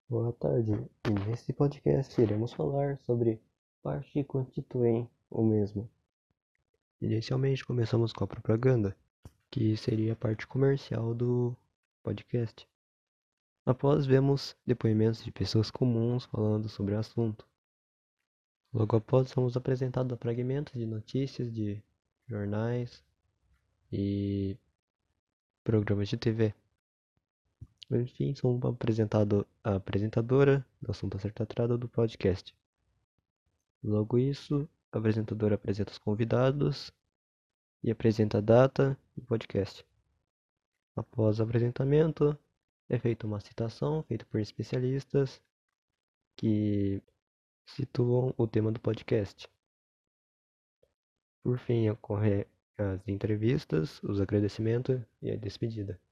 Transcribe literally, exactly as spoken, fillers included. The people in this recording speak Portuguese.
Boa tarde, e nesse podcast iremos falar sobre parte que constituem o mesmo. Inicialmente começamos com a propaganda, que seria a parte comercial do podcast. Após vemos depoimentos de pessoas comuns falando sobre o assunto. Logo após somos apresentados a fragmentos de notícias de jornais e programas de T V. Enfim, somos apresentado a apresentadora do assunto a ser tratado do podcast. Logo isso, a apresentadora apresenta os convidados e apresenta a data do podcast. Após o apresentamento, é feita uma citação feita por especialistas que situam o tema do podcast. Por fim, ocorre as entrevistas, os agradecimentos e a despedida.